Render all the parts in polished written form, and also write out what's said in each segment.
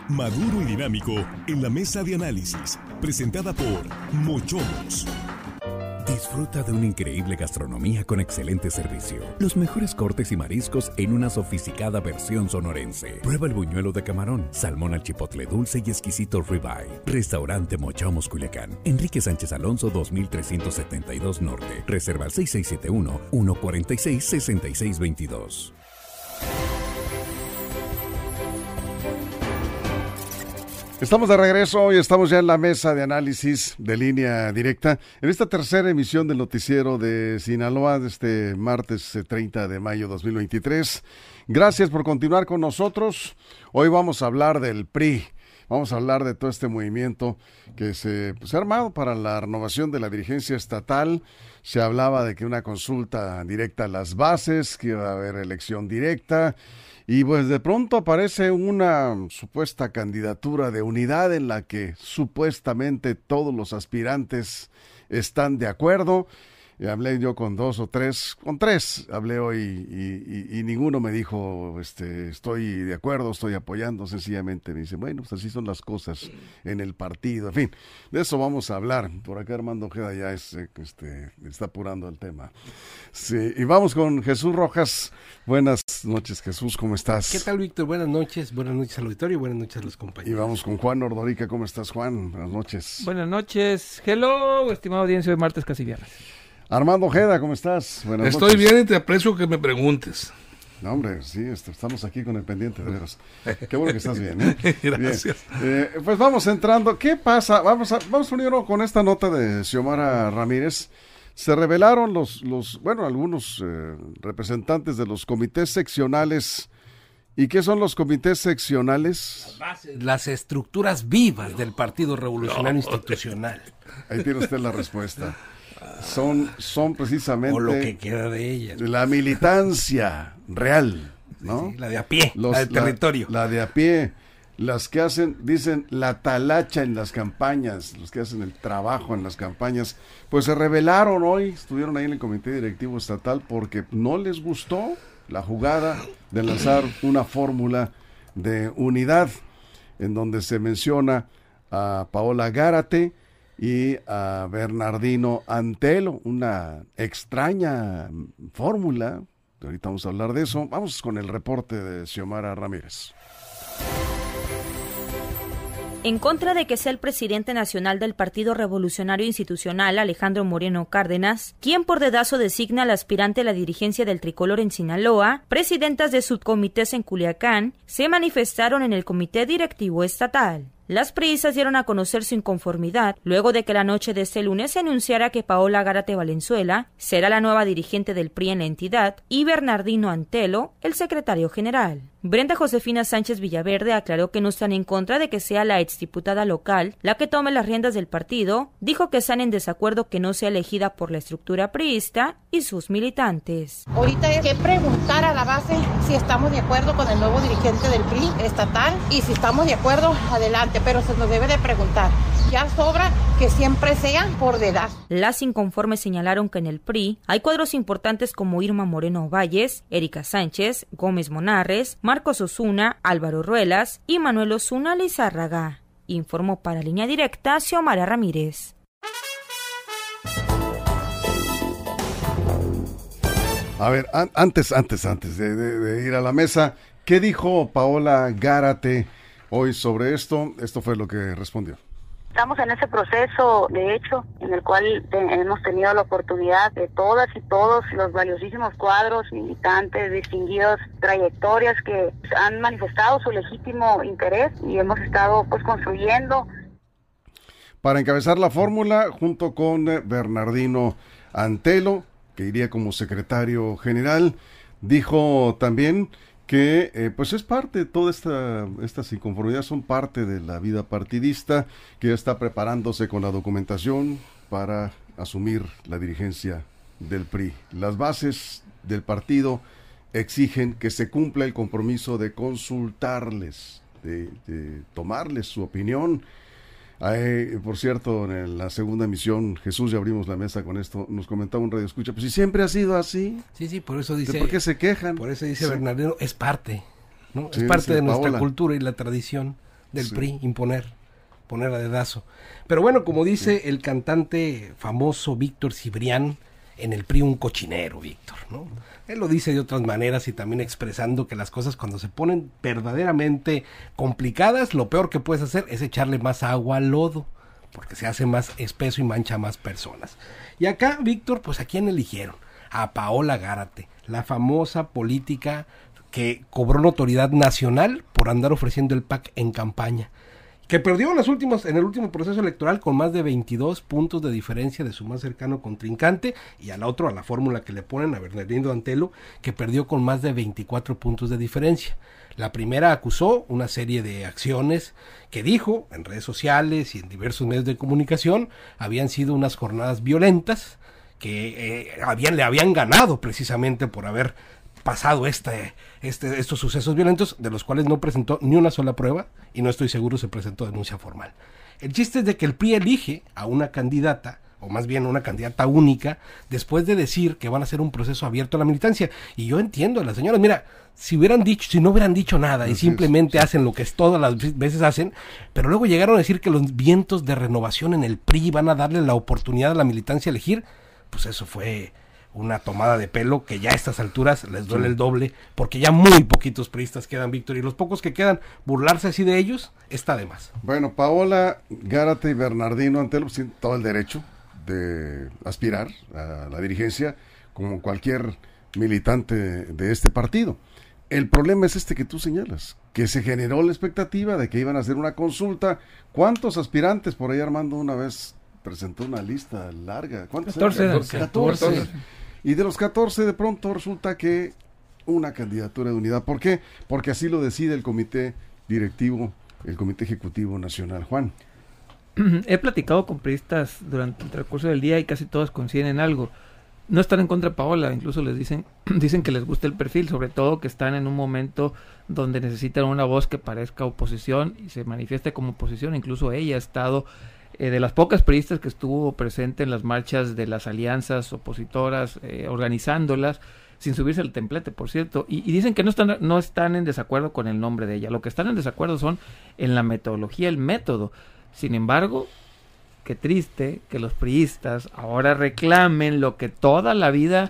Maduro y dinámico en la mesa de análisis, presentada por Mochomos. Disfruta de una increíble gastronomía con excelente servicio. Los mejores cortes y mariscos en una sofisticada versión sonorense. Prueba el buñuelo de camarón, salmón al chipotle dulce y exquisito ribeye. Restaurante Mochomos Culiacán. Enrique Sánchez Alonso 2372 Norte. Reserva al 6671-146-6622. Estamos de regreso y estamos ya en la mesa de análisis de Línea Directa, en esta tercera emisión del noticiero de Sinaloa de este martes 30 de mayo 2023. Gracias por continuar con nosotros. Hoy vamos a hablar del PRI, vamos a hablar de todo este movimiento que se ha armado para la renovación de la dirigencia estatal. Se hablaba de que una consulta directa a las bases, que iba a haber elección directa. Y pues de pronto aparece una supuesta candidatura de unidad en la que supuestamente todos los aspirantes están de acuerdo. Y hablé yo con tres hablé hoy y ninguno me dijo estoy de acuerdo, estoy apoyando. Sencillamente me dice, bueno, pues así son las cosas en el partido. En fin, de eso vamos a hablar. Por acá Armando Ojeda ya está apurando el tema. Sí, y vamos con Jesús Rojas. Buenas noches, Jesús, ¿cómo estás? ¿Qué tal, Víctor? Buenas noches al auditorio y buenas noches a los compañeros. Y vamos con Juan Ordorica. ¿Cómo estás, Juan? Buenas noches. Buenas noches. Hello, estimado audiencia de martes casi viernes. Armando Ojeda, ¿cómo estás? Buenas noches. Estoy bien y te aprecio que me preguntes. No, hombre, sí, estamos aquí con el pendiente, de veras. Qué bueno que estás bien, ¿eh? Gracias. Bien. Pues vamos entrando. ¿Qué pasa? Vamos a unirnos con esta nota de Xiomara Ramírez. Se revelaron algunos representantes de los comités seccionales. ¿Y qué son los comités seccionales? Las estructuras vivas del Partido Revolucionario Institucional. Ahí tiene usted la respuesta. Son precisamente... O lo que queda de ellas. La militancia real, ¿no? Sí, la de a pie, la del territorio. La de a pie, las que dicen la talacha en las campañas, los que hacen el trabajo en las campañas, pues se rebelaron hoy, estuvieron ahí en el Comité Directivo Estatal porque no les gustó la jugada de lanzar una fórmula de unidad en donde se menciona a Paola Gárate y a Bernardino Antelo, una extraña fórmula. Ahorita vamos a hablar de eso. Vamos con el reporte de Xiomara Ramírez. En contra de que sea el presidente nacional del Partido Revolucionario Institucional, Alejandro Moreno Cárdenas, quien por dedazo designa al aspirante a la dirigencia del tricolor en Sinaloa, presidentas de subcomités en Culiacán se manifestaron en el Comité Directivo Estatal. Las priistas dieron a conocer su inconformidad luego de que la noche de este lunes se anunciara que Paola Gárate Valenzuela será la nueva dirigente del PRI en la entidad y Bernardino Antelo el secretario general. Brenda Josefina Sánchez Villaverde aclaró que no están en contra de que sea la exdiputada local la que tome las riendas del partido, dijo que están en desacuerdo que no sea elegida por la estructura priista y sus militantes. Ahorita hay que preguntar a la base si estamos de acuerdo con el nuevo dirigente del PRI estatal y si estamos de acuerdo, adelante, pero se nos debe de preguntar. Ya sobra que siempre sean por dedazo. Las inconformes señalaron que en el PRI hay cuadros importantes como Irma Moreno Valles, Erika Sánchez, Gómez Monarres, Marcos Osuna, Álvaro Ruelas y Manuel Osuna Lizárraga. Informó para Línea Directa Xiomara Ramírez. A ver, antes de ir a la mesa, ¿qué dijo Paola Gárate hoy sobre esto? Esto fue lo que respondió. Estamos en ese proceso, de hecho, en el cual hemos tenido la oportunidad de todas y todos los valiosísimos cuadros, militantes, distinguidos, trayectorias que han manifestado su legítimo interés y hemos estado construyendo. Para encabezar la fórmula, junto con Bernardino Antelo, que iría como secretario general, dijo también que es parte de toda estas inconformidades, son parte de la vida partidista, que ya está preparándose con la documentación para asumir la dirigencia del PRI. Las bases del partido exigen que se cumpla el compromiso de consultarles, de tomarles su opinión. Por cierto, en la segunda emisión, Jesús, ya abrimos la mesa con esto, nos comentaba un radio escucha, pues si siempre ha sido así. Sí, por eso dice. ¿Por qué se quejan? Por eso dice sí. Bernardino, es parte, ¿no? Sí, es parte de nuestra Paola. Cultura y la tradición del PRI, poner a dedazo. Pero bueno, como dice el cantante famoso Víctor Cibrián, en el PRI un cochinero, Víctor, ¿no? Él lo dice de otras maneras y también expresando que las cosas cuando se ponen verdaderamente complicadas, lo peor que puedes hacer es echarle más agua al lodo, porque se hace más espeso y mancha a más personas. Y acá, Víctor, pues ¿a quién eligieron? A Paola Gárate, la famosa política que cobró notoriedad nacional por andar ofreciendo el PAC en campaña, que perdió en el último proceso electoral con más de 22 puntos de diferencia de su más cercano contrincante, y a la fórmula que le ponen a Bernardino Antelo, que perdió con más de 24 puntos de diferencia. La primera acusó una serie de acciones que dijo en redes sociales y en diversos medios de comunicación habían sido unas jornadas violentas que le habían ganado precisamente por haber pasado estos sucesos violentos, de los cuales no presentó ni una sola prueba y no estoy seguro se presentó denuncia formal. El chiste es de que el PRI elige a una candidata, o más bien una candidata única, después de decir que van a hacer un proceso abierto a la militancia. Y yo entiendo a las señoras, mira, si no hubieran dicho nada y simplemente hacen lo que todas las veces hacen, pero luego llegaron a decir que los vientos de renovación en el PRI van a darle la oportunidad a la militancia a elegir, pues eso fue una tomada de pelo que ya a estas alturas les duele el doble, porque ya muy poquitos priistas quedan, Víctor, y los pocos que quedan, burlarse así de ellos, está de más. Bueno, Paola Gárate y Bernardino Antelo tienen todo el derecho de aspirar a la dirigencia como cualquier militante de este partido. El problema es que tú señalas, que se generó la expectativa de que iban a hacer una consulta. ¿Cuántos aspirantes? Por ahí Armando una vez presentó una lista larga. ¿Cuántos? 14. Y de los 14 de pronto resulta que una candidatura de unidad. ¿Por qué? Porque así lo decide el comité directivo, el comité ejecutivo nacional. Juan. He platicado con priistas durante el transcurso del día y casi todos coinciden en algo. No están en contra de Paola, incluso les dicen que les gusta el perfil, sobre todo que están en un momento donde necesitan una voz que parezca oposición y se manifieste como oposición. Incluso ella ha estado de las pocas priistas que estuvo presente en las marchas de las alianzas opositoras, organizándolas, sin subirse al templete, por cierto, y dicen que no están en desacuerdo con el nombre de ella. Lo que están en desacuerdo son en la metodología, el método. Sin embargo, qué triste que los priistas ahora reclamen lo que toda la vida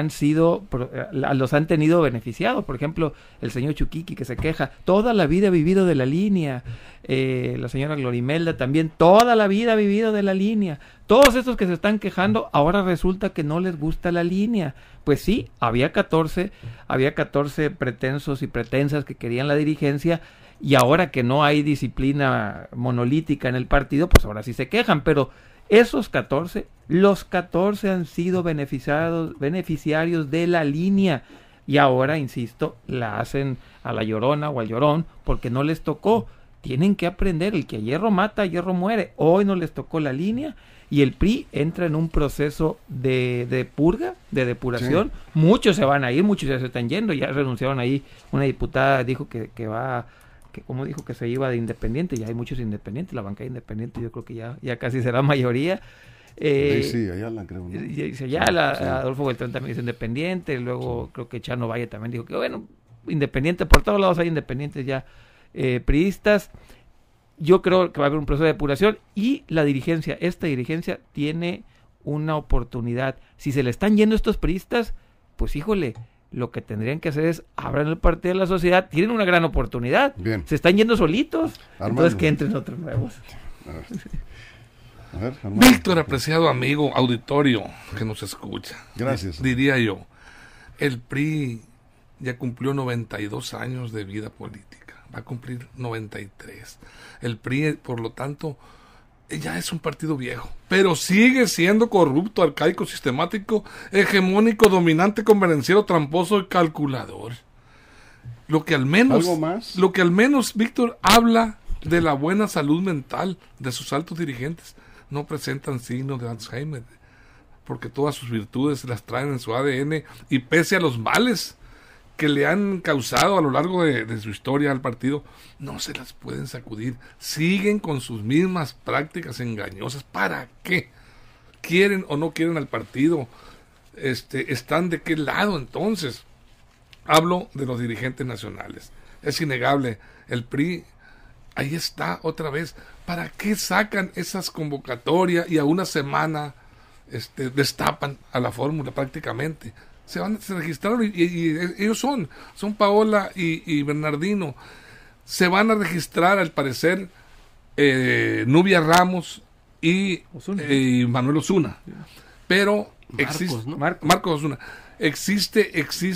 los han tenido beneficiado. Por ejemplo, el señor Chuquiqui, que se queja, toda la vida ha vivido de la línea. La señora Glorimelda también, toda la vida ha vivido de la línea. Todos estos que se están quejando, ahora resulta que no les gusta la línea. Pues sí, había 14 pretensos y pretensas que querían la dirigencia, y ahora que no hay disciplina monolítica en el partido, pues ahora sí se quejan, pero esos 14, los 14 han sido beneficiarios de la línea, y ahora, insisto, la hacen a la llorona o al llorón, porque no les tocó. Tienen que aprender, el que a hierro mata, a hierro muere. Hoy no les tocó la línea, y el PRI entra en un proceso de purga, de depuración. Sí. Muchos se van a ir, muchos ya se están yendo, ya renunciaron ahí. Una diputada dijo que dijo que se iba de independiente, ya hay muchos independientes, la bancada independiente yo creo que ya casi será mayoría. Sí, Ayala, creo, ¿no? Dice Ayala, sí. Adolfo Beltrán también es independiente, luego sí. Creo que Chano Valle también dijo que bueno, independiente, por todos lados hay independientes ya priistas. Yo creo que va a haber un proceso de depuración, y esta dirigencia tiene una oportunidad. Si se le están yendo estos priistas, pues híjole, lo que tendrían que hacer es abran el partido de la sociedad, tienen una gran oportunidad. Bien. Se están yendo solitos, Armando. Entonces que entren otros nuevos. A ver, Víctor, apreciado amigo auditorio que nos escucha. Gracias. Diría yo, el PRI ya cumplió 92 años de vida política, va a cumplir 93. El PRI, por lo tanto, ya es un partido viejo, pero sigue siendo corrupto, arcaico, sistemático, hegemónico, dominante, convenenciero, tramposo y calculador. Lo que al menos, Víctor, habla de la buena salud mental de sus altos dirigentes. No presentan signos de Alzheimer, porque todas sus virtudes las traen en su ADN, y pese a los males que le han causado a lo largo de su historia al partido, no se las pueden sacudir. Siguen con sus mismas prácticas engañosas. ¿Para qué? ¿Quieren o no quieren al partido? ¿Están de qué lado entonces? Hablo de los dirigentes nacionales. Es innegable, el PRI ahí está otra vez. ¿Para qué sacan esas convocatorias y a una semana destapan a la fórmula prácticamente? Se registraron y ellos son Paola y Bernardino. Se van a registrar, al parecer, Nubia Ramos y Manuel Osuna. Pero Marcos Osuna. Existe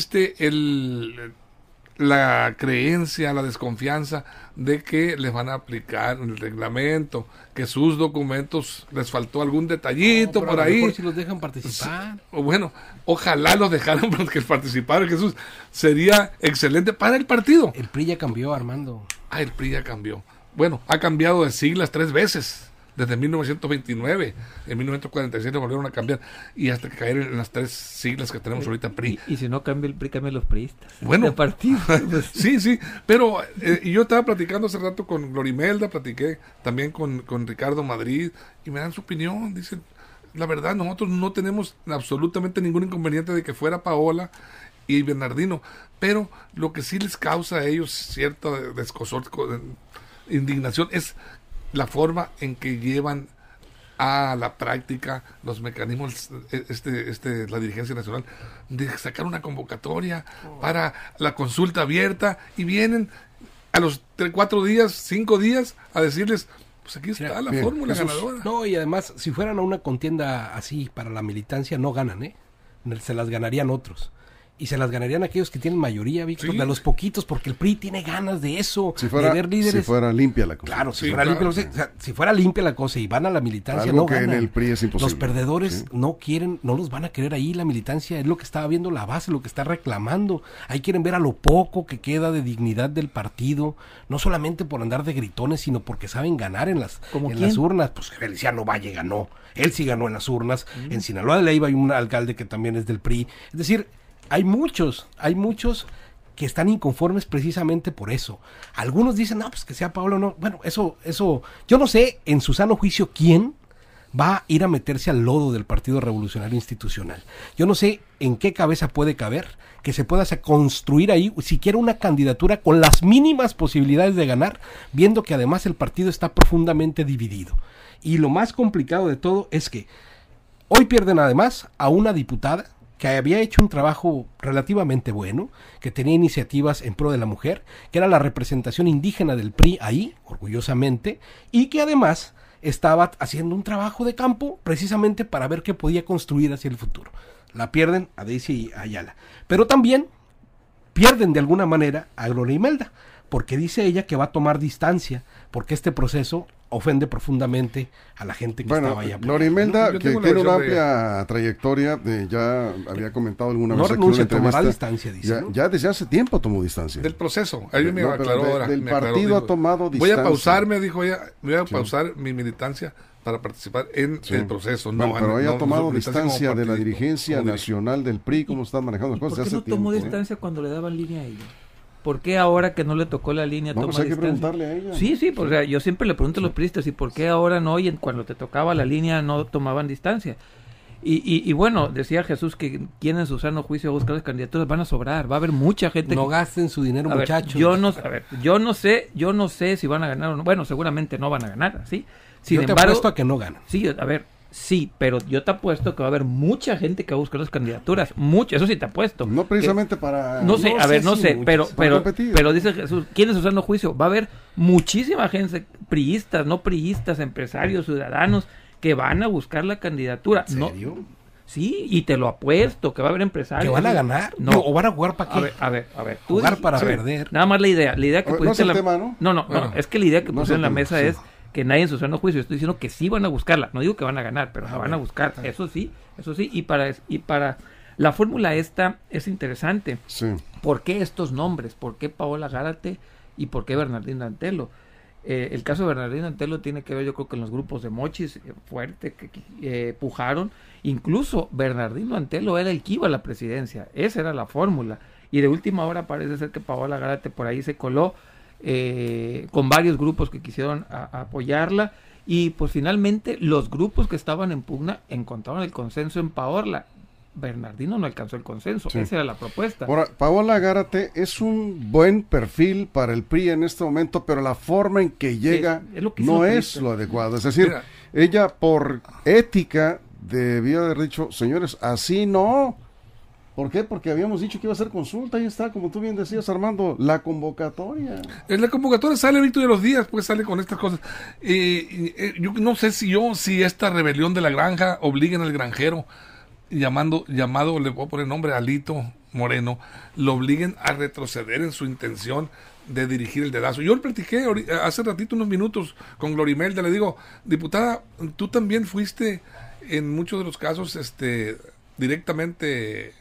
la creencia, la desconfianza de que les van a aplicar el reglamento, que sus documentos les faltó algún detallito por ahí. Si los dejan participar. Bueno, ojalá los dejaran porque participar, Jesús, sería excelente para el partido. El PRI ya cambió, Armando. El PRI ya cambió. Bueno, ha cambiado de siglas 3 veces. Desde 1929, en 1947 volvieron a cambiar y hasta que caer en las 3 siglas que tenemos ahorita PRI. Y si no cambia el PRI, cambian los priistas. Bueno, de partido. sí, pero y yo estaba platicando hace rato con Glorimelda, platiqué también con Ricardo Madrid y me dan su opinión. Dicen, la verdad, nosotros no tenemos absolutamente ningún inconveniente de que fuera Paola y Bernardino, pero lo que sí les causa a ellos cierta descosor, indignación es la forma en que llevan a la práctica los mecanismos la dirigencia nacional de sacar una convocatoria para la consulta abierta y vienen a los 4 días, 5 días a decirles, pues aquí está la fórmula ganadora. No, y además, si fueran a una contienda así para la militancia, no ganan, se las ganarían otros. Y se las ganarían aquellos que tienen mayoría, Víctor, de los poquitos, porque el PRI tiene ganas de eso, de ver líderes. Si fuera limpia la cosa. Claro, si fuera limpia la cosa y van a la militancia, algo no que ganan. En el PRI es imposible. Los perdedores no los van a querer ahí, la militancia es lo que estaba viendo la base, lo que está reclamando. Ahí quieren ver a lo poco que queda de dignidad del partido, no solamente por andar de gritones, sino porque saben ganar en las urnas. Pues Feliciano Valle ganó, él sí ganó en las urnas. En Sinaloa de Leiva hay un alcalde que también es del PRI. Es decir, hay muchos que están inconformes precisamente por eso. Algunos dicen, no, pues que sea Paola o no. Bueno, eso, yo no sé en su sano juicio quién va a ir a meterse al lodo del Partido Revolucionario Institucional. Yo no sé en qué cabeza puede caber que se pueda construir ahí siquiera una candidatura con las mínimas posibilidades de ganar, viendo que además el partido está profundamente dividido. Y lo más complicado de todo es que hoy pierden además a una diputada que había hecho un trabajo relativamente bueno, que tenía iniciativas en pro de la mujer, que era la representación indígena del PRI ahí, orgullosamente, y que además estaba haciendo un trabajo de campo precisamente para ver qué podía construir hacia el futuro. La pierden a Daisy Ayala. Pero también pierden de alguna manera a Gloria Imelda, porque dice ella que va a tomar distancia, porque este proceso ofende profundamente a la gente que estaba allá. Gloria Imelda, que tiene una amplia trayectoria, ya había comentado alguna vez aquí en una entrevista. Distancia, dice, ya desde hace tiempo tomó distancia. Del proceso, ahí me aclaró ahora. Del partido ha tomado distancia. Voy a pausarme, dijo ella, voy a pausar mi militancia para participar en el proceso. Pero ella ha tomado distancia de la dirigencia nacional del PRI, cómo están manejando las cosas. ¿Por qué no tomó distancia cuando le daban línea a ella? ¿Por qué ahora que no le tocó la línea toma distancia? Hay que preguntarle a ella. Sí, pues, o sea, yo siempre le pregunto a los priistas, ¿y por qué ahora no? Y cuando te tocaba la línea no tomaban distancia. Y bueno, decía Jesús que quien en su sano juicio va a buscar las candidaturas van a sobrar, va a haber mucha gente. No gasten su dinero, muchachos. Yo no sé si van a ganar o no. Bueno, seguramente no van a ganar, ¿sí? Sin embargo, te apuesto a que no ganan. Sí, a ver. Sí, pero yo te apuesto que va a haber mucha gente que va a buscar las candidaturas, mucho, eso sí te apuesto. No precisamente para... No sé, pero dice Jesús, ¿quién es su sano juicio? Va a haber muchísima gente, priistas, no priistas, empresarios, ciudadanos, que van a buscar la candidatura. ¿En serio? No, sí, y te lo apuesto, que va a haber empresarios. ¿Que van a ganar? No. ¿O van a jugar para qué? A ver. Jugar para perder. Nada más la idea que pusiste no es el tema, ¿no? No, es que la idea que pusiste en la mesa es que nadie en su sano juicio, estoy diciendo que sí van a buscarla, no digo que van a ganar, pero la van a buscar, eso sí, y para la fórmula esta es interesante. Sí. ¿Por qué estos nombres? ¿Por qué Paola Gárate y por qué Bernardino Antelo? El caso de Bernardino Antelo tiene que ver, yo creo que en los grupos de mochis fuerte que pujaron, incluso Bernardino Antelo era el que iba a la presidencia, esa era la fórmula, y de última hora parece ser que Paola Gárate por ahí se coló con varios grupos que quisieron apoyarla, y pues finalmente los grupos que estaban en pugna encontraron el consenso en Paola. Bernardino no alcanzó el consenso, Sí. esa era la propuesta. Ahora, Paola Gárate es un buen perfil para el PRI en este momento, pero la forma en que llega Es lo que hizo no el es PRI. lo adecuado. Es decir, Mira. ella por ética debió haber dicho, señores, así no. ¿Por qué? Porque habíamos dicho que iba a ser consulta, ahí está, como tú bien decías, Armando, la convocatoria. En la convocatoria sale Víctor de los Días, pues sale con estas cosas. Yo no sé si esta rebelión de la granja obliguen al granjero, llamado, le voy a poner nombre, Alito Moreno, lo obliguen a retroceder en su intención de dirigir el dedazo. Yo le platiqué hace ratito, unos minutos, con Glorimelda, le digo, diputada, tú también fuiste en muchos de los casos directamente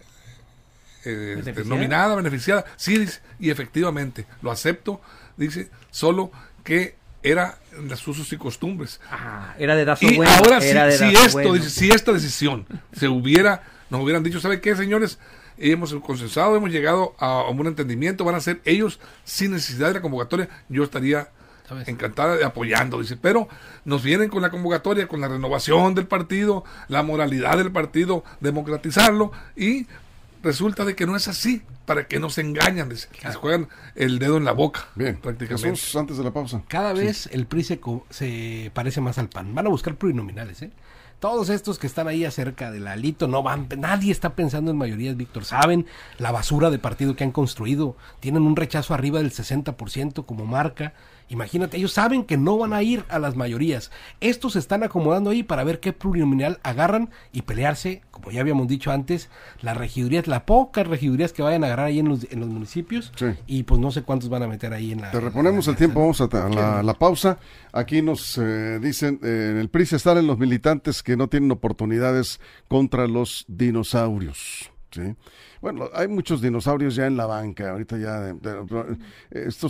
nominada, beneficiada. Sí, dice, y efectivamente, lo acepto, dice, solo que era los usos y costumbres. Era dedazo Y bueno. ahora, era si dedazo esto, bueno. dice, si esta decisión nos hubieran dicho, ¿sabe qué, señores? Hemos consensado, hemos llegado a un entendimiento, van a ser ellos sin necesidad de la convocatoria, yo estaría encantada de apoyando, dice, pero nos vienen con la convocatoria, con la renovación del partido, la moralidad del partido, democratizarlo, y resulta de que no es así, para que no se engañan, dice, les juegan el dedo en la boca. Bien, prácticamente. Jesús, antes de la pausa. Cada vez el PRI se parece más al PAN. Van a buscar plurinominales, ¿eh? Todos estos que están ahí acerca del Alito, nadie está pensando en mayorías, Víctor. Saben la basura de partido que han construido. Tienen un rechazo arriba del 60% como marca. Imagínate, ellos saben que no van a ir a las mayorías. Estos se están acomodando ahí para ver qué plurinominal agarran y pelearse, como ya habíamos dicho antes, las regidurías, las pocas regidurías que vayan a agarrar ahí en los municipios. Sí. Y pues no sé cuántos van a meter ahí en la... Te reponemos el tiempo, vamos a la pausa. Aquí nos dicen, en el PRI se están en los militantes que no tienen oportunidades contra los dinosaurios. ¿Sí? Bueno, hay muchos dinosaurios ya en la banca, ahorita ya, estos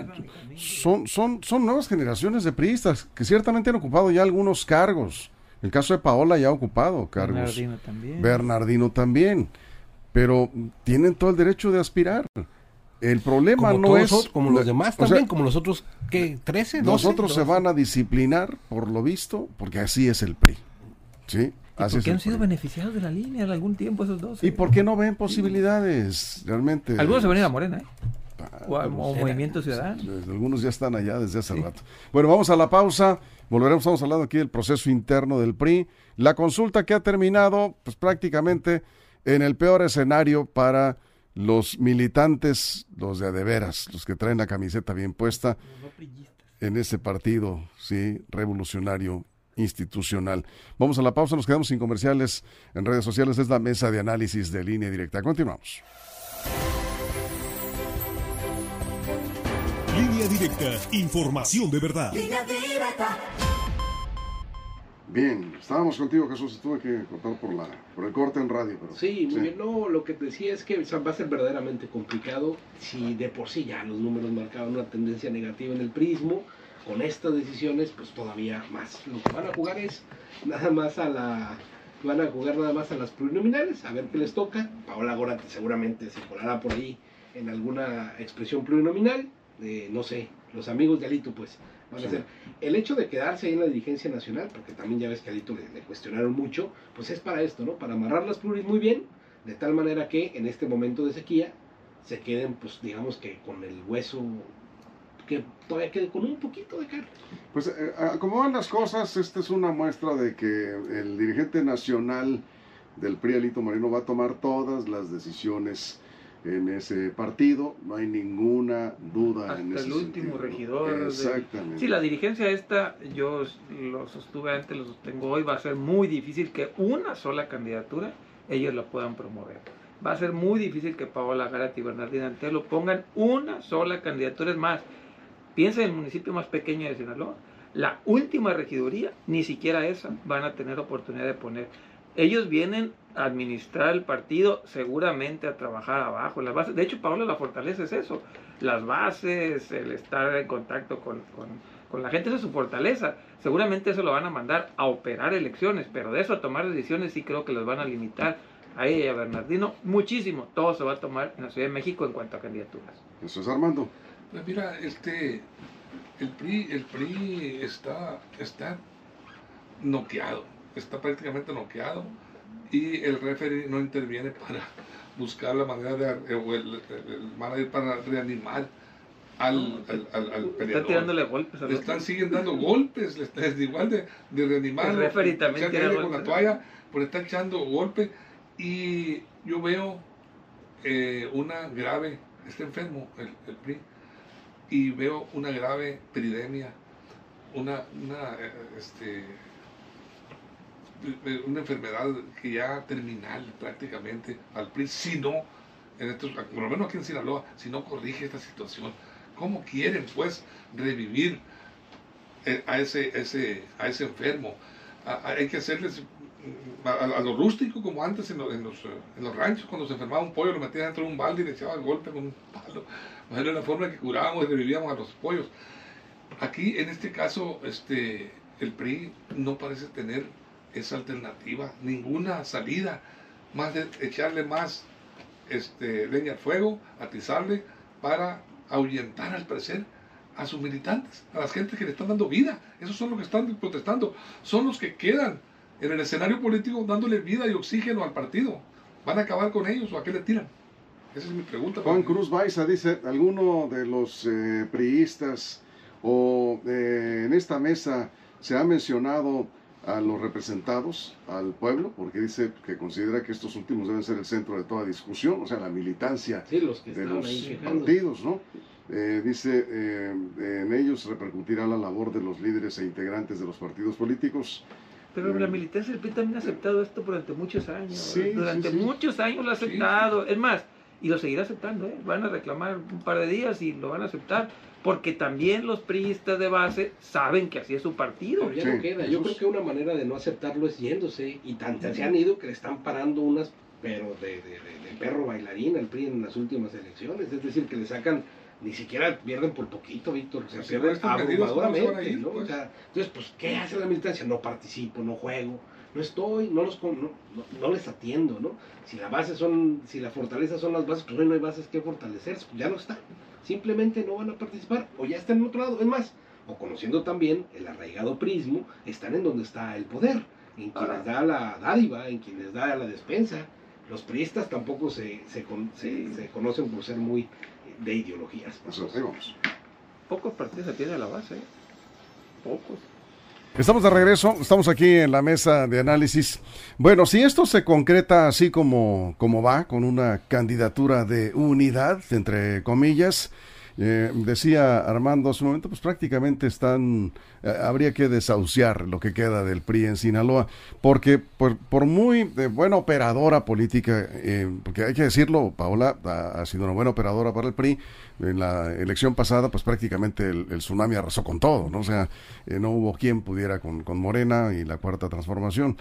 son nuevas generaciones de priistas que ciertamente han ocupado ya algunos cargos. El caso de Paola ya ha ocupado cargos. Bernardino también. Pero tienen todo el derecho de aspirar. El problema como no es... como los demás también, como los otros, ¿qué? 13, 12. Nosotros se van a disciplinar, por lo visto, porque así es el PRI. ¿Sí? Porque han sido beneficiados de la línea en algún tiempo esos dos. ¿Y por qué no ven posibilidades realmente? Algunos se van a ir a Morena, o Movimiento Ciudadano. Algunos ya están allá desde hace rato. Bueno, vamos a la pausa. Volveremos, estamos hablando aquí del proceso interno del PRI. La consulta que ha terminado, pues prácticamente en el peor escenario para los militantes, los de veras, los que traen la camiseta bien puesta en ese partido, sí, revolucionario institucional. Vamos a la pausa, nos quedamos sin comerciales en redes sociales. Es la mesa de análisis de Línea Directa. Continuamos. Línea Directa, información de verdad. Línea Directa. Bien, estábamos contigo, Jesús. Tuve que cortar por el corte en radio. Pero, sí, muy bien. No, lo que decía es que va a ser verdaderamente complicado si de por sí ya los números marcaban una tendencia negativa en el prismo. Con estas decisiones, pues todavía más. Lo que van a jugar es nada más van a jugar nada más a las plurinominales, a ver qué les toca. Paola Gárate seguramente se colará por ahí en alguna expresión plurinominal. No sé, los amigos de Alito, pues van a hacer. El hecho de quedarse ahí en la dirigencia nacional, porque también ya ves que a Alito le cuestionaron mucho, pues es para esto, ¿no? Para amarrar las pluris muy bien, de tal manera que en este momento de sequía se queden, pues digamos que con el hueso, que todavía quede con un poquito de carne. Pues como van las cosas, esta es una muestra de que el dirigente nacional del PRI, Alito Moreno, va a tomar todas las decisiones en ese partido, no hay ninguna duda. Hasta en ese el último sentido. regidor. Exactamente. Sí, la dirigencia esta, yo lo sostuve antes, lo sostengo hoy, va a ser muy difícil que una sola candidatura ellos la puedan promover. Va a ser muy difícil que Paola Gárate y Bernardino Antelo pongan una sola candidatura. Es más, piensa en el municipio más pequeño de Sinaloa, la última regiduría, ni siquiera esa van a tener oportunidad de poner. Ellos vienen a administrar el partido, seguramente a trabajar abajo, las bases. De hecho, Paola, la fortaleza es eso, las bases, el estar en contacto con la gente, esa es su fortaleza. Seguramente eso lo van a mandar a operar elecciones, pero de eso a tomar decisiones sí creo que los van a limitar a ella y a Bernardino muchísimo. Todo se va a tomar en la Ciudad de México en cuanto a candidaturas. Eso es Armando. Pues mira, el PRI está noqueado, está prácticamente noqueado. y el referee no interviene para buscar la manera o el manager para reanimar al peleador. Están tirándole golpes. Siguen dando golpes, igual de reanimar. El referee también tira golpes. Con la toalla, pues está echando golpes. Y yo veo una grave, está enfermo el PRI, y veo una grave epidemia, una enfermedad que ya terminal prácticamente al PRI, si no, por lo menos aquí en Sinaloa, si no corrige esta situación. ¿Cómo quieren pues revivir a ese enfermo? Hay que hacerles a lo rústico como antes en los ranchos, cuando se enfermaba un pollo lo metían dentro de un balde y le echaban el golpe con un palo. Era la forma en que curábamos y revivíamos a los pollos. Aquí en este caso el PRI no parece tener esa alternativa, ninguna salida, más de echarle más leña al fuego, atizarle para ahuyentar al parecer a sus militantes, a las gentes que le están dando vida. Esos son los que están protestando, son los que quedan en el escenario político dándole vida y oxígeno al partido. ¿Van a acabar con ellos o a qué le tiran? Esa es mi pregunta. Juan Cruz Baiza dice, ¿alguno de los priistas o en esta mesa se ha mencionado a los representados, al pueblo? Porque dice que considera que estos últimos deben ser el centro de toda discusión, o sea, la militancia de los partidos, ¿no? Dice, en ellos repercutirá la labor de los líderes e integrantes de los partidos políticos. Pero la militancia del PRI también ha aceptado esto durante muchos años. Durante muchos años lo ha aceptado. Es más, y lo seguirá aceptando, van a reclamar un par de días y lo van a aceptar, porque también los priistas de base saben que así es su partido. Pero ya no queda. Yo creo que una manera de no aceptarlo es yéndose, y tanto se han ido que le están parando unas, pero de perro bailarín al PRI en las últimas elecciones. Es decir, que le sacan, ni siquiera pierden por poquito, Víctor, o sea, pierden abrumadoramente, ¿no? Pues. O sea, entonces, pues, ¿qué hace la militancia? No participo, no juego, no estoy, no les atiendo, ¿no? Si la fortaleza son las bases, pues no hay bases que fortalecerse, pues ya no están. Simplemente no van a participar, o ya están en otro lado. Es más, o conociendo también el arraigado prismo, están en donde está el poder, en quienes da la dádiva, en quienes da la despensa. Los priistas tampoco se conocen por ser muy de ideologías. Pocos partidos se tienen a la base, pocos. Estamos de regreso, estamos aquí en la mesa de análisis. Bueno, si esto se concreta así como va, con una candidatura de unidad, entre comillas, decía Armando hace un momento, pues prácticamente habría que desahuciar lo que queda del PRI en Sinaloa, porque por muy buena operadora política, porque hay que decirlo, Paola ha sido una buena operadora para el PRI. En la elección pasada, pues prácticamente el tsunami arrasó con todo, ¿no? O sea, no hubo quien pudiera con Morena y la Cuarta Transformación,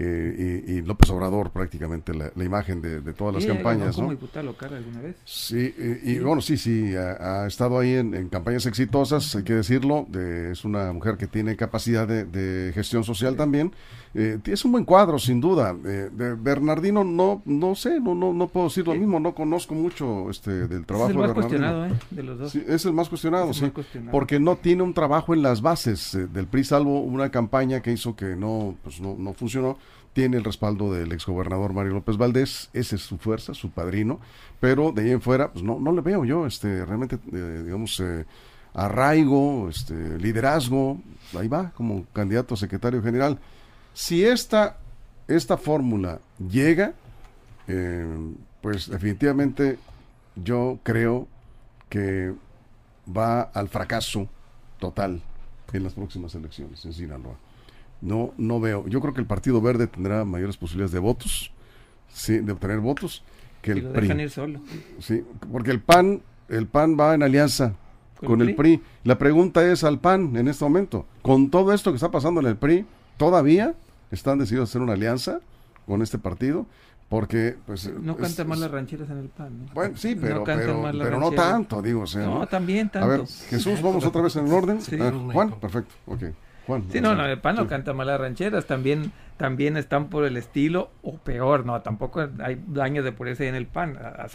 y López Obrador prácticamente la imagen de todas las campañas, ¿no? ¿Como diputada local alguna vez? Sí, y bueno, sí, ha estado ahí en campañas exitosas, hay que decirlo. Es una mujer que tiene capacidad de gestión social también. Es un buen cuadro, sin duda. De Bernardino no sé, no puedo decir lo mismo, no conozco mucho del trabajo de Bernardino. Es el más cuestionado, de los dos. Sí, es el más cuestionado, porque no tiene un trabajo en las bases del PRI, salvo una campaña que hizo que no funcionó. Tiene el respaldo del exgobernador Mario López Valdés, esa es su fuerza, su padrino, pero de ahí en fuera, pues no le veo yo, realmente, digamos, arraigo, liderazgo, ahí va, como candidato a secretario general. Si esta fórmula llega, pues definitivamente yo creo que va al fracaso total en las próximas elecciones en Sinaloa. No veo. Yo creo que el Partido Verde tendrá mayores posibilidades de votos, sí, de obtener votos, que el PRI. Dejan ir solo. Sí, porque el PAN va en alianza con el PRI. La pregunta es al PAN en este momento, con todo esto que está pasando en el PRI, ¿todavía están decididos a hacer una alianza con este partido? Porque pues no cantan mal las rancheras en el PAN, ¿no? Bueno, sí, pero no tanto, digo, o sea, no, también tanto. A ver, Jesús, vamos otra vez en el orden. Sí. Juan, perfecto, ok. Juan, sí, no, el PAN no canta mal las rancheras, también están por el estilo, o peor, no, tampoco hay daños de pureza en el PAN, hacen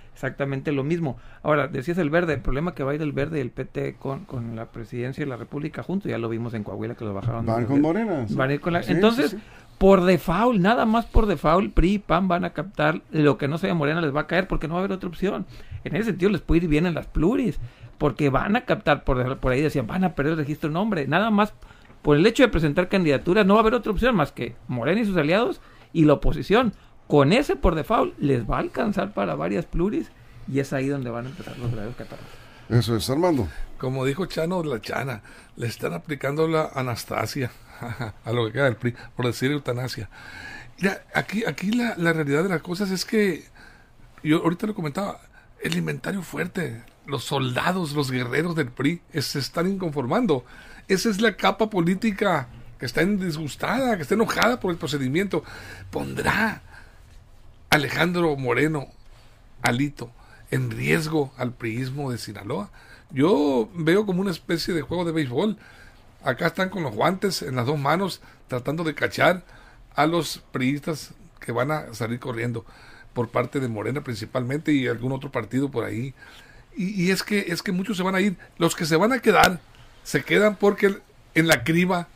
exactamente lo mismo. Ahora, decías el Verde, el problema que va a ir el Verde y el PT con la presidencia de la República juntos, ya lo vimos en Coahuila que lo bajaron. Van con Morena. Sí. Van a ir con la... Sí, Entonces, sí. Por default, nada más por default, PRI y PAN van a captar lo que no sea Morena, les va a caer porque no va a haber otra opción. En ese sentido les puede ir bien en las pluris, porque van a captar, por ahí decían, van a perder el registro, no hombre, nada más por el hecho de presentar candidaturas no va a haber otra opción más que Morena y sus aliados y la oposición. Con ese por default les va a alcanzar para varias pluris y es ahí donde van a empezar los verdaderos catarros. Eso es, Armando. Como dijo Chano, la Chana, le están aplicando la Anastasia a lo que queda del PRI, por decir eutanasia. Mira, aquí la realidad de las cosas es que, yo ahorita lo comentaba, el inventario fuerte, los soldados, los guerreros del PRI se están inconformando. Esa es la capa política que está disgustada, que está enojada por el procedimiento. ¿Pondrá Alejandro Moreno, Alito, en riesgo al priismo de Sinaloa? Yo veo como una especie de juego de béisbol. Acá están con los guantes en las dos manos tratando de cachar a los priistas que van a salir corriendo por parte de Morena principalmente y algún otro partido por ahí. Y es que muchos se van a ir. Los que se van a quedar se quedan porque en la criba,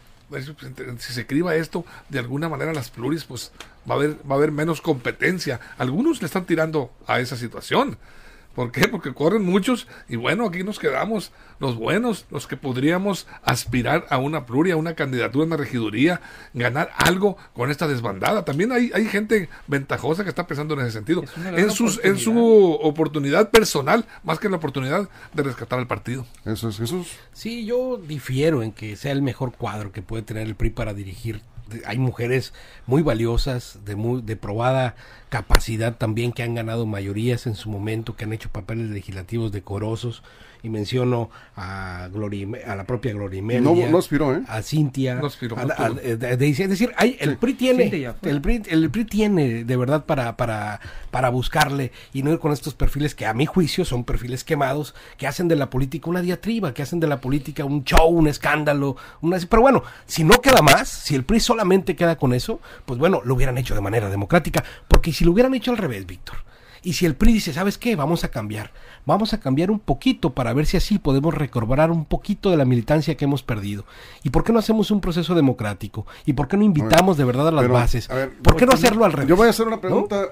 si se criba esto, de alguna manera las pluris, pues va a haber menos competencia. Algunos le están tirando a esa situación. ¿Por qué? Porque corren muchos y bueno, aquí nos quedamos los buenos, los que podríamos aspirar a una pluria, a una candidatura en la regiduría, ganar algo con esta desbandada. También hay gente ventajosa que está pensando en ese sentido, en su oportunidad personal, más que en la oportunidad de rescatar al partido. Eso es, Jesús. Sí, yo difiero en que sea el mejor cuadro que puede tener el PRI para dirigir. Hay mujeres muy valiosas, de probada capacidad también, que han ganado mayorías en su momento, que han hecho papeles legislativos decorosos, y menciono a la propia Gloria Imelda, no aspiró, a Cintia, no aspiró, es decir, el PRI tiene, el PRI tiene de verdad para buscarle y no ir con estos perfiles que a mi juicio son perfiles quemados, que hacen de la política una diatriba, que hacen de la política un show, un escándalo, pero bueno, si no queda más, si el PRI solamente queda con eso, pues bueno, lo hubieran hecho de manera democrática, porque si lo hubieran hecho al revés, Víctor, y si el PRI dice, ¿sabes qué? Vamos a cambiar un poquito para ver si así podemos recobrar un poquito de la militancia que hemos perdido. ¿Y por qué no hacemos un proceso democrático? ¿Y por qué no invitamos de verdad a las bases? ¿Por qué no hacerlo al revés? Yo voy a hacer una pregunta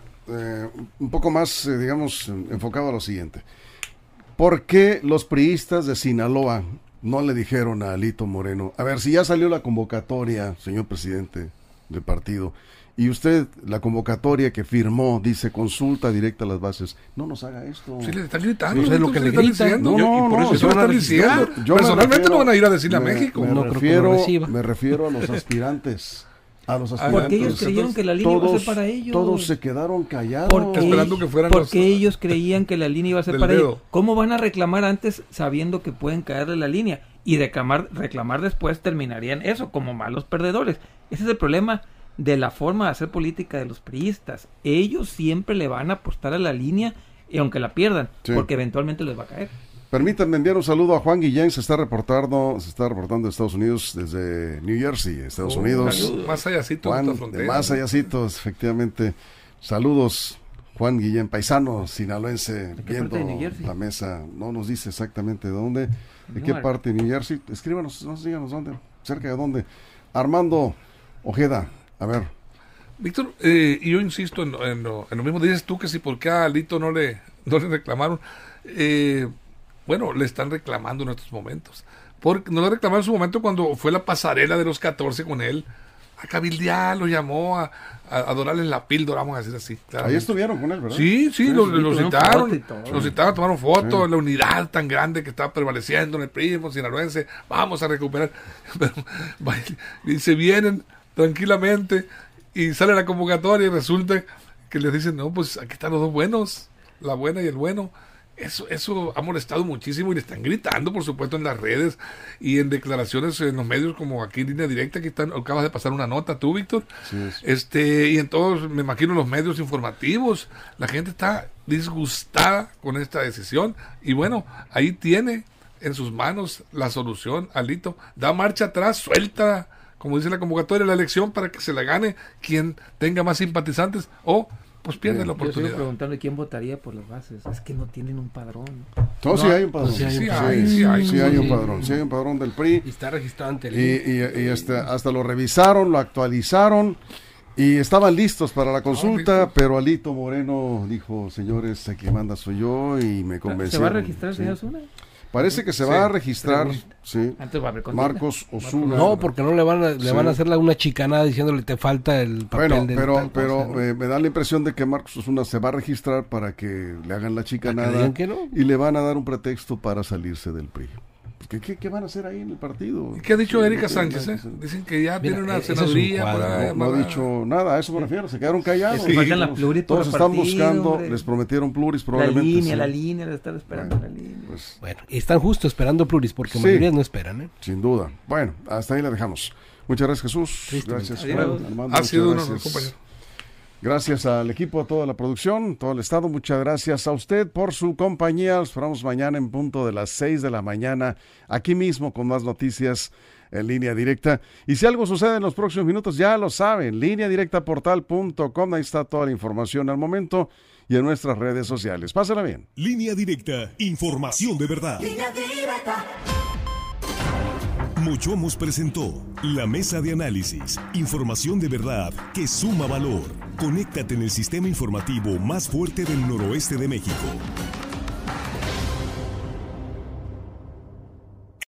un poco más, digamos, enfocado a lo siguiente. ¿Por qué los priistas de Sinaloa no le dijeron a Alito Moreno, a ver, si ya salió la convocatoria, señor presidente del partido, y usted, la convocatoria que firmó, dice consulta directa a las bases, no nos haga esto? Sí, le están gritando. Pues es lo que le gritan. Eso lo están diciendo. Personalmente no van a ir a decirle a México. Me refiero a los aspirantes. Porque ellos creyeron que la línea iba a ser para ellos. Todos se quedaron callados. Esperando que fueran ellos creían que la línea iba a ser para ellos. ¿Cómo van a reclamar antes sabiendo que pueden caerle la línea? Y reclamar después terminarían eso, como malos perdedores. Ese es el problema de la forma de hacer política de los priistas. Ellos siempre le van a apostar a la línea, y aunque la pierdan, porque eventualmente les va a caer. Permítanme enviar un saludo a Juan Guillén, se está reportando de Estados Unidos, desde New Jersey, Estados Unidos. Más allácito de esta frontera. Más allácitos, efectivamente. Saludos, Juan Guillén, paisano sinaloense, viendo la mesa. No nos dice exactamente de dónde, de qué parte de New Jersey. Escríbanos, díganos dónde, cerca de dónde. Armando Ojeda, a ver. Víctor, y yo insisto en lo mismo. Dices tú que si por qué a Alito no le reclamaron. Bueno, le están reclamando en estos momentos. Porque no le reclamaron en su momento cuando fue la pasarela de los 14 con él. A cabildear, lo llamó a adorarle la píldora, vamos a decir así. Ahí estuvieron con él, ¿verdad? Sí, lo citaron, tomaron fotos, la unidad tan grande que estaba prevaleciendo en el primo sinaloense, vamos a recuperar. Pero, y se vienen tranquilamente y sale la convocatoria y resulta que les dicen, no, pues aquí están los dos buenos, la buena y el bueno. Eso ha molestado muchísimo y le están gritando, por supuesto, en las redes y en declaraciones en los medios, como aquí en Línea Directa, que acabas de pasar una nota tú, Víctor. Y en todos, me imagino, los medios informativos, la gente está disgustada con esta decisión y bueno, ahí tiene en sus manos la solución, Alito. Da marcha atrás, suelta, como dice la convocatoria, la elección para que se la gane quien tenga más simpatizantes o pues pierde la Yo oportunidad. sigo preguntando quién votaría por las bases. Es que no tienen un padrón. No, sí hay un padrón. Sí hay un padrón. Sí hay un padrón del PRI. Y está registrado ante el Y hasta lo revisaron, lo actualizaron y estaban listos para la consulta, pero Alito Moreno dijo, señores, aquí manda soy yo, y me convenció. ¿Se va a registrar, sí. señor Osuna? Parece que se va a registrar, sí. Antes va a haber contienda. Marcos Osuna. No, porque no le van a hacer una chicanada diciéndole te falta el papel pero me da la impresión de que Marcos Osuna se va a registrar para que le hagan la chicanada que no. y le van a dar un pretexto para salirse del PRI. ¿Qué van a hacer ahí en el partido? ¿Y qué ha dicho Erika Sánchez? Dicen que ya tiene una senaduría. No ha dicho nada, a eso me refiero, se quedaron callados. Sí, faltan las pluris por todos están repartir, buscando, hombre. les prometieron pluris probablemente. La línea, le están esperando la línea. Pues, Bueno, y están justo esperando pluris, porque mayorías no esperan, ¿eh? Sin duda. Bueno, hasta ahí la dejamos. Muchas gracias, Jesús. Gracias, Adiós. Armando. Ha sido un Muchas honor, gracias. compañero. Gracias al equipo, a toda la producción, todo el estado. Muchas gracias a usted por su compañía. Los esperamos mañana en punto de las 6 de la mañana, aquí mismo con más noticias en Línea Directa. Y si algo sucede en los próximos minutos, ya lo saben, lineadirectaportal.com, ahí está toda la información al momento y en nuestras redes sociales. Pásenla bien. Línea Directa, información de verdad. Línea Directa. Mochomos presentó la mesa de análisis, información de verdad que suma valor. Conéctate en el sistema informativo más fuerte del noroeste de México.